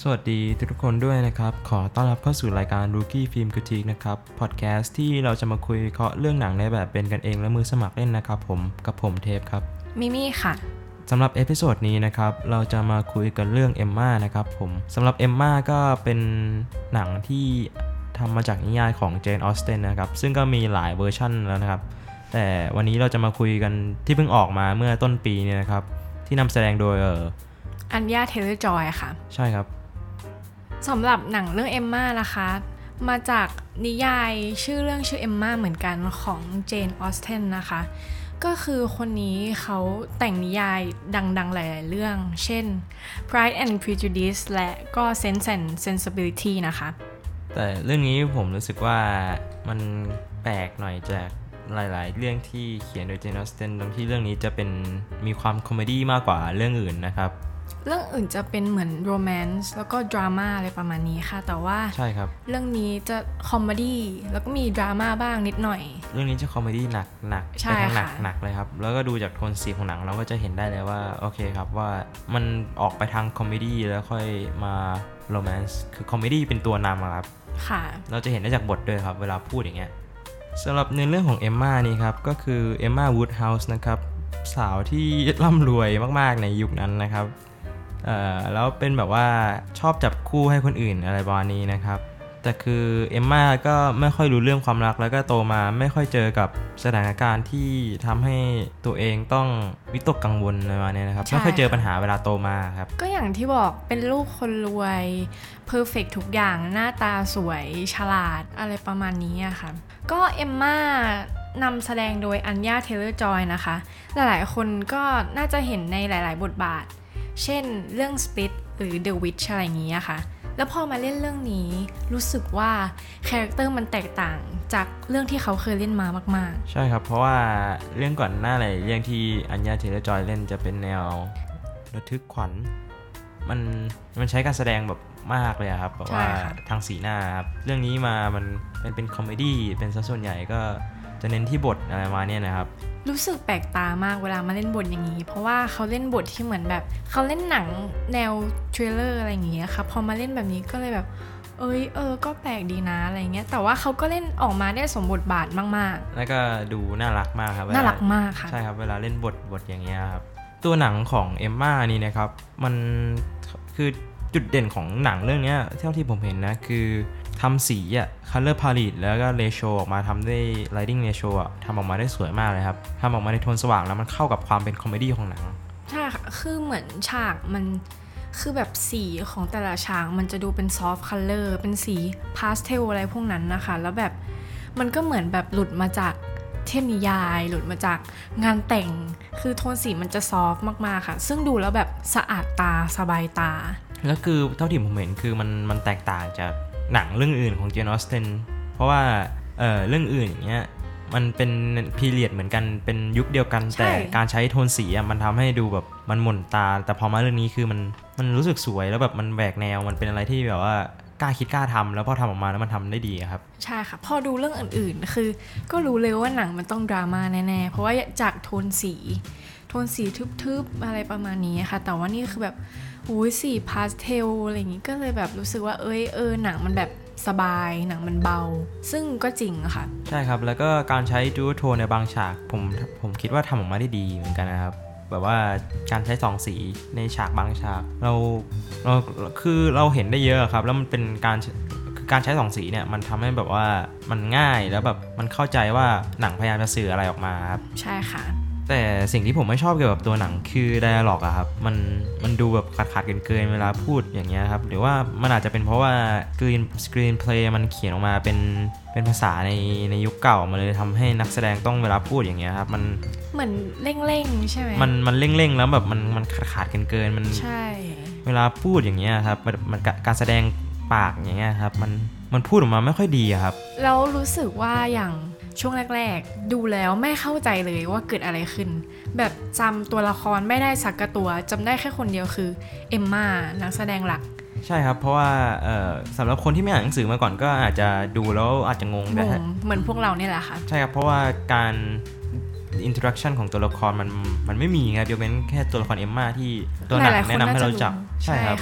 วัสดีทุกคนด้วยนะครับขอต้อนรับเข้าสู่รายการ Rookie Film Critique นะครับพอดแคสต์ที่เราจะมาคุยเคาะเรื่องหนังในแบบเป็นกันเองและมือสมัครเล่นนะครับผมเทปครับมิมี่ค่ะสำหรับเอพิโซดนี้นะครับเราจะมาคุยกันเรื่องเอมม่านะครับผมสำหรับเอมม่าก็เป็นหนังที่ทำมาจากนิยายของเจนออสเทนนะครับซึ่งก็มีหลายเวอร์ชันแล้วนะครับแต่วันนี้เราจะมาคุยกันที่เพิ่งออกมาเมื่อต้นปีเนี่ยนะครับที่นำแสดงโดยอัญญาเทเลอร์จอยค่ะใช่ครับสำหรับหนังเรื่องเอมม่านะคะมาจากนิยายชื่อเรื่องชื่อเอมม่าเหมือนกันของเจนออสเทนนะคะก็คือคนนี้เขาแต่งนิยายดังๆหลายๆเรื่องเช่น Pride and Prejudice และก็ Sense and Sensibility นะคะแต่เรื่องนี้ผมรู้สึกว่ามันแปลกหน่อยจากหลายๆเรื่องที่เขียนโดยเจนออสเทนตรงที่เรื่องนี้จะเป็นมีความคอมเมดี้มากกว่าเรื่องอื่นนะครับเรื่องอื่นจะเป็นเหมือนโรแมนซ์แล้วก็ดราม่าอะไรประมาณนี้ค่ะแต่ว่าใช่ครับเรื่องนี้จะคอมเมดี้แล้วก็มีดราม่าบ้างนิดหน่อยเรื่องนี้จะคอมเมดี้หนักไปทางหนักเลยครับแล้วก็ดูจากโทนสีของหนังเราก็จะเห็นได้เลยว่าโอเคครับว่ามันออกไปทางคอมเมดี้แล้วค่อยมาโรแมนซ์คือคอมเมดี้เป็นตัวนำครับค่ะเราจะเห็นได้จากบทด้วยครับเวลาพูดอย่างเงี้ยสำหรับในเรื่องของเอมม่านี่ครับก็คือเอมม่าวูดเฮาส์นะครับสาวที่ร่ำรวยมากๆในยุคนั้นนะครับแล้วเป็นแบบว่าชอบจับคู่ให้คนอื่นอะไรประมาณนี้นะครับแต่คือเอมม่าก็ไม่ค่อยรู้เรื่องความรักแล้วก็โตมาไม่ค่อยเจอกับสถานการณ์ที่ทำให้ตัวเองต้องวิตกกังวลอะไรประมาณนี้นะครับไม่ค่อยเจอปัญหาเวลาโตมาครับก็อย่างที่บอกเป็นลูกคนรวยเพอร์เฟกต์ทุกอย่างหน้าตาสวยฉลาดอะไรประมาณนี้อะค่ะก็เอมม่านำแสดงโดยอัญญาเทเลอร์จอยนะคะหลายๆคนก็น่าจะเห็นในหลายๆบทบาทเช่นเรื่อง Split หรือ The Witch อะไรอย่างนี้อะค่ะแล้วพอมาเล่นเรื่องนี้รู้สึกว่าคาแรคเตอร์มันแตกต่างจากเรื่องที่เขาเคยเล่นมามากๆใช่ครับเพราะว่าเรื่องก่อนหน้าอะไรเรื่องที่อัญญาเทเลอร์จอยเล่นจะเป็นแนวระทึกขวัญมันใช้การแสดงแบบมากเลยครับแบบว่าทางสีหน้าครับเรื่องนี้มามันเป็นคอมเมดี้เป็นซะส่วนใหญ่ก็จะเน้นที่บทอะไรมาเนี่ยนะครับรู้สึกแปลกตามากเวลามาเล่นบทอย่างนี้เพราะว่าเขาเล่นบทที่เหมือนแบบเขาเล่นหนังแนวเทรลเลอร์อะไรอย่างเงี้ยค่ะพอมาเล่นแบบนี้ก็เลยแบบก็แปลกดีนะอะไรเงี้ยแต่ว่าเขาก็เล่นออกมาได้สมบทบาทมากๆแล้วก็ดูน่ารักมากครับน่ารักมากค่ะใช่ครับเวลาเล่นบทอย่างเงี้ยครับตัวหนังของเอมม่านี่นะครับมันคือจุดเด่นของหนังเรื่องนี้เท่าที่ผมเห็นนะคือทำสีcolor palette แล้วก็ ratio ออกมาทำได้ lighting ratio ทำออกมาได้สวยมากเลยครับทำออกมาในโทนสว่างแล้วมันเข้ากับความเป็นคอมเมดี้ของหนังใช่ค่ะคือเหมือนฉากมันคือแบบสีของแต่ละฉากมันจะดูเป็น soft color เป็นสีพาสเทลอะไรพวกนั้นนะคะแล้วแบบมันก็เหมือนแบบหลุดมาจากเทพนิยายหลุดมาจากงานแต่งคือโทนสีมันจะซอฟต์มากๆค่ะซึ่งดูแล้วแบบสะอาดตาสบายตาแล้วคือเท่าที่ผมเห็นคือมันแตกต่างจากหนังเรื่องอื่นของเจนออสเทนเพราะว่าเรื่องอื่นอย่างเงี้ยมันเป็นพีเรียดเหมือนกันเป็นยุคเดียวกันแต่การใช้โทนสีมันทำให้ดูแบบมันหม่นตาแต่พอมาเรื่องนี้คือมันรู้สึกสวยแล้วแบบมันแหวกแนวมันเป็นอะไรที่แบบว่ากล้าคิดกล้าทำแล้วพอทำออกมาแล้วมันทำได้ดีครับใช่ค่ะพอดูเรื่องอื่นๆคือก็รู้เลยว่าหนังมันต้องดราม่าแน่ๆเพราะว่าจากโทนสีทึบๆอะไรประมาณนี้ค่ะแต่ว่านี่คือแบบสีพาสเทลอะไรอย่างงี้ก็เลยแบบรู้สึกว่าหนังมันแบบสบายหนังมันเบาซึ่งก็จริงค่ะใช่ครับแล้วก็การใช้ดูโทนในบางฉากผมคิดว่าทำออกมาได้ดีเหมือนกันนะครับแบบว่าการใช้2สีในฉากบางฉากเราคือเราเห็นได้เยอะครับแล้วมันเป็นการใช้2สีเนี่ยมันทำให้แบบว่ามันง่ายแล้วแบบมันเข้าใจว่าหนังพยายามจะสื่ออะไรออกมาครับใช่ค่ะแต่สิ่งที่ผมไม่ชอบเกี่ยวกับตัวหนังคือไดอะล็อกอะครับมันดูแบบขาดเกินเวลาพูดอย่างเงี้ยครับหรือว่ามันอาจจะเป็นเพราะว่าสกรีนเพลย์มันเขียนออกมาเป็นภาษาในยุคเก่ามันเลยทำให้นักแสดงต้องเวลาพูดอย่างเงี้ยครับมันเหมือนเร่งใช่ไหมมันเร่งแล้วแบบมันขาดเกินมันใช่เวลาพูดอย่างเงี้ยครับมันการแสดงปากอย่างเงี้ยครับมันพูดออกมาไม่ค่อยดีครับแล้วรู้สึกว่าอย่างช่วงแรกๆดูแล้วไม่เข้าใจเลยว่าเกิดอะไรขึ้นแบบจำตัวละครไม่ได้สักตัวจำได้แค่คนเดียวคือเอมม่านักแสดงหลักใช่ครับเพราะว่าสำหรับคนที่ไม่อ่านหนังสือมาก่อนก็อาจจะดูแล้วอาจจะงงเหมือนพวกเราเนี่ยแหละค่ะใช่ครับเพราะว่าการอินเทอร์แอคชั่นของตัวละครมันไม่มีครับยกเว้นแค่ตัวละครเอมม่าที่ตัวหนังแนะนำให้เราจับใช่ครับ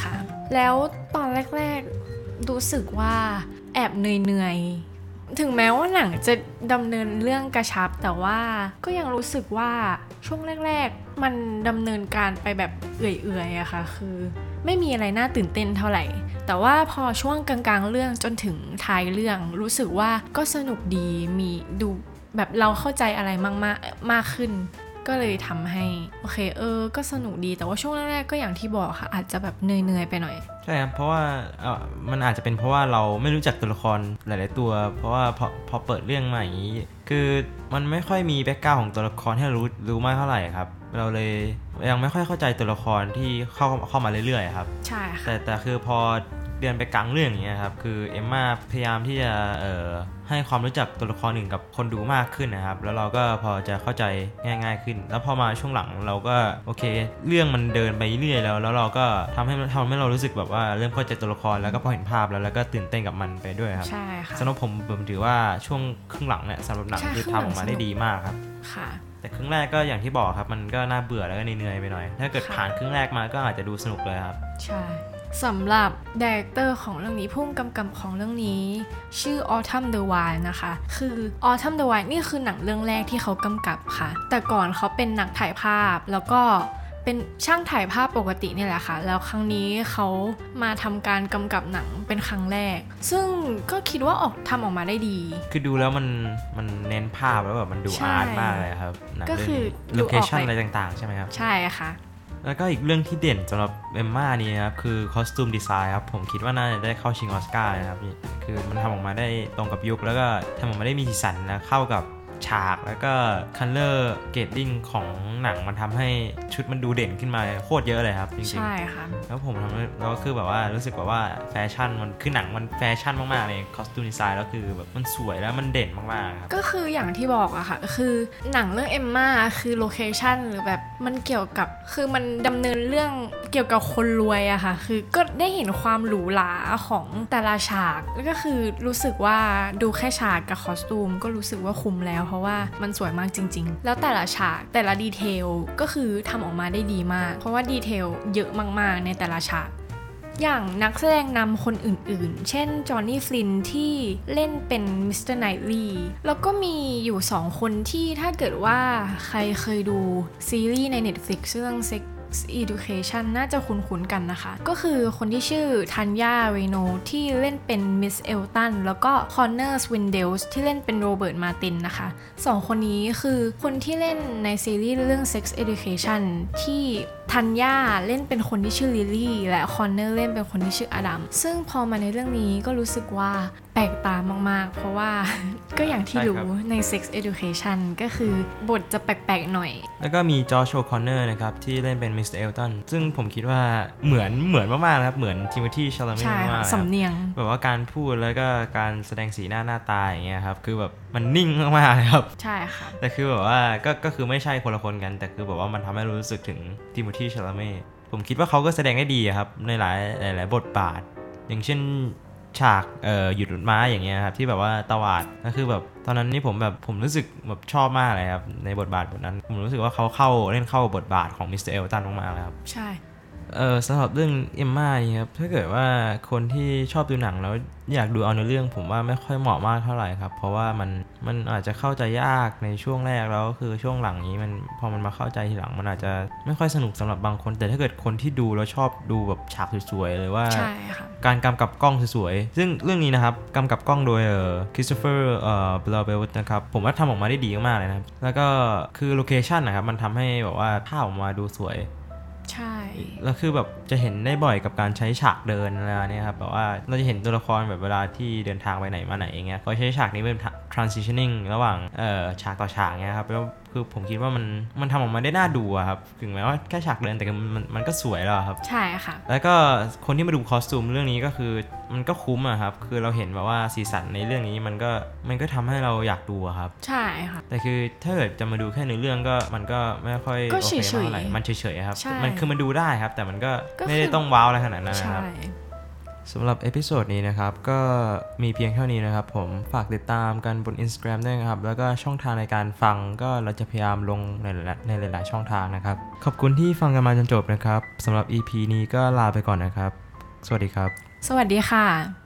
แล้วตอนแรกๆรู้สึกว่าแอบเหนื่อยๆถึงแม้ว่าหนังจะดำเนินเรื่องกระชับแต่ว่าก็ยังรู้สึกว่าช่วงแรกๆมันดำเนินการไปแบบเอื่อยๆอะค่ะคือไม่มีอะไรน่าตื่นเต้นเท่าไหร่แต่ว่าพอช่วงกลางๆเรื่องจนถึงท้ายเรื่องรู้สึกว่าก็สนุกดีมีดูแบบเราเข้าใจอะไรมากขึ้นก็เลยทำให้โอเคก็สนุกดีแต่ว่าช่วงแรกๆก็อย่างที่บอกค่ะอาจจะแบบเหนื่อยๆไปหน่อยใช่ครับเพราะว่ามันอาจจะเป็นเพราะว่าเราไม่รู้จักตัวละครหลายๆตัวเพราะว่าพอเปิดเรื่องมาอย่างนี้คือมันไม่ค่อยมีแบ็คกราวด์ของตัวละครให้รู้มากเท่าไหร่ครับเราเลยยังไม่ค่อยเข้าใจตัวละครที่เข้ามาเรื่อยๆครับใช่ค่ะแต่คือพอเดือนไปกลางเรื่องอย่างเงี้ยครับคือเอมม่าพยายามที่จะให้ความรู้จักตัวละครอื่นกับคนดูมากขึ้นนะครับแล้วเราก็พอจะเข้าใจง่ายขึ้นแล้วพอมาช่วงหลังเราก็โอเคเรื่องมันเดินไปเรื่อยแล้วเราก็ทำให้เรารู้สึกแบบว่าเริ่มเข้าใจตัวละครแล้วก็พอเห็นภาพแล้วก็ตื่นเต้นกับมันไปด้วยครับใช่ค่ะสำหรับผมถือว่าช่วงครึ่งหลังเนี่ยสำหรับหนังคือทำออกมาได้ดีมากครับค่ะแต่ครึ่งแรกก็อย่างที่บอกครับมันก็น่าเบื่อแล้วก็เหนื่อยไปหน่อยถ้าเกิดผ่านครึ่งแรกมาก็อาจจะดูสนุกเลยครับใช่สำหรับดีเรคเตอร์ของเรื่องนี้ผู้กำกับของเรื่องนี้ชื่อ Autumn the Wild นะคะคือ Autumn the Wild นี่คือหนังเรื่องแรกที่เขากำกับค่ะแต่ก่อนเขาเป็นนักถ่ายภาพแล้วก็เป็นช่างถ่ายภาพปกตินี่แหละค่ะแล้วครั้งนี้เขามาทำการกำกับหนังเป็นครั้งแรกซึ่งก็คิดว่าทำออกมาได้ดีคือดูแล้วมันเน้นภาพแล้วแบบมันดูอาร์ตมากเลยครับก็คือโลเคชั่นอะไรต่างๆใช่ไหมครับใช่ค่ะแล้วก็อีกเรื่องที่เด่นสำหรับเอมม่านี่นะครับคือคอสตูมดีไซน์ครับผมคิดว่าน่าจะได้เข้าชิงออสการ์นะครับคือมันทำออกมาได้ตรงกับยุคแล้วก็ทำออกมาได้มีสีสันและเข้ากับฉากแล้วก็คัลเลอร์เกรดดิ้งของหนังมันทำให้ชุดมันดูเด่นขึ้นมาโคตรเยอะเลยครับจริงๆใช่ค่ะแล้วผมทำแล้วก็คือแบบว่ารู้สึกแบบว่าแฟชั่นมันคือหนังมันแฟชั่นมากๆเลยคอสตูมดีไซน์แล้วคือแบบมันสวยแล้วมันเด่นมากๆครับก็คืออย่างที่บอกอะค่ะคือหนังเรื่องเอมม่าคือโลเคชั่นหรือแบบมันเกี่ยวกับคือมันดำเนินเรื่องเกี่ยวกับคนรวยอะค่ะคือก็ได้เห็นความหรูหราของแต่ละฉากแล้วก็คือรู้สึกว่าดูแค่ฉากกับคอสตูมก็รู้สึกว่าคุ้มแล้วเพราะว่ามันสวยมากจริงๆแล้วแต่ละฉากแต่ละดีเทลก็คือทำออกมาได้ดีมากเพราะว่าดีเทลเยอะมากๆในแต่ละฉากอย่างนักแสดงนำคนอื่นๆเช่นจอห์นนี่ฟลินที่เล่นเป็นมิสเตอร์ไนท์ลีย์แล้วก็มีอยู่2คนที่ถ้าเกิดว่าใครเคยดูซีรีส์ใน Netflix เรื่อง Sex Education น่าจะคุ้นๆกันนะคะก็คือคนที่ชื่อธัญญาเรโนที่เล่นเป็นมิสเอลตันแล้วก็คอนเนอร์สวินเดลส์ที่เล่นเป็นโรเบิร์ตมาตินนะคะ2คนนี้คือคนที่เล่นในซีรีส์เรื่อง Sex Education ที่ธัญญาเล่นเป็นคนที่ชื่อลิลลี่และคอนเนอร์เล่นเป็นคนที่ชื่ออดัมซึ่งพอมาในเรื่องนี้ก็รู้สึกว่าแปลกตามากๆเพราะว่า ก็อย่างที่รู้ใน Sex Education ก็คือบทจะแปลกๆหน่อยแล้วก็มีจอร์จ โอคอนเนอร์นะครับที่เล่นเป็นมิสเตอร์เอลตันซึ่งผมคิดว่าเหมือนมากๆนะครับเหมือนทิโมธี ชาลาเมต์มากสำเนียงแบบว่าการพูดแล้วก็การแสดงสีหน้าตาอย่างเงี้ยครับคือแบบมันนิ่งมากๆครับใช่ค่ะแต่คือแบบว่าก็คือไม่ใช่คนละคนกันแต่คือแบบว่ามันทำให้รู้สึกถึงทิโมธี ชาลาเมต์ผมคิดว่าเขาก็แสดงได้ดีครับในหลายบทบาทอย่างเช่นฉากหยุดรถม้าอย่างเงี้ยครับที่แบบว่าตวาดก็คือแบบตอนนั้นนี่ผมรู้สึกแบบชอบมากเลยครับในบทบาทนั้นผมรู้สึกว่าเขาเล่นเข้าบทบาทของมิสเตอร์เอลตันมากๆเลยครับใช่สำหรับเรื่องเอมม่านี่ครับถ้าเกิดว่าคนที่ชอบดูหนังแล้วอยากดูเอาในเรื่องผมว่าไม่ค่อยเหมาะมากเท่าไหร่ครับเพราะว่ามันอาจจะเข้าใจยากในช่วงแรกแล้วคือช่วงหลังนี้มันพอมันมาเข้าใจทีหลังมันอาจจะไม่ค่อยสนุกสำหรับบางคนแต่ถ้าเกิดคนที่ดูแล้วชอบดูแบบฉากสวยๆหรือว่าการกำกับกล้องสวยๆซึ่งเรื่องนี้นะครับกำกับกล้องโดยคริสโตเฟอร์บลาเบลนะครับผมว่าทำออกมาได้ดีมากเลยนะครับแล้วก็คือโลเคชั่นนะครับมันทำให้แบบว่าภาพออกมาดูสวยใช่แล้วคือแบบจะเห็นได้บ่อยกับการใช้ฉากเดินอะไรเนี่ยครับแบบว่าเราจะเห็นตัวละครแบบเวลาที่เดินทางไปไหนมาไหนอย่างเงี้ยเขาใช้ฉากนี้เป็น transitioning ระหว่างฉากต่อฉากเงี้ยครับแล้วคือผมคิดว่ามันทำออกมาได้น่าดูอะครับถึงแม้ว่าแค่ฉากเดินแต่มันก็สวยแล้วครับใช่ค่ะแล้วก็คนที่มาดูคอสตูมเรื่องนี้ก็คือมันก็คุ้มอะครับคือเราเห็นแบบว่าสีสันในเรื่องนี้มันก็ทำให้เราอยากดูครับใช่ค่ะแต่คือถ้าเกิดจะมาดูแค่ในเรื่องก็มันก็ไม่ค่อยโอเคเท่าไหร่มันเฉยๆครับมันดูได้ครับแต่มันก็ไม่ได้ต้องว้าวอะไรขนาดนั้นนะครับสำหรับเอพิโซดนี้นะครับก็มีเพียงเท่านี้นะครับผมฝากติดตามกันบน Instagram ด้วยนะครับแล้วก็ช่องทางในการฟังก็เราจะพยายามลงในหลายๆช่องทางนะครับขอบคุณที่ฟังกันมาจนจบนะครับสำหรับ EP นี้ก็ลาไปก่อนนะครับสวัสดีครับสวัสดีค่ะ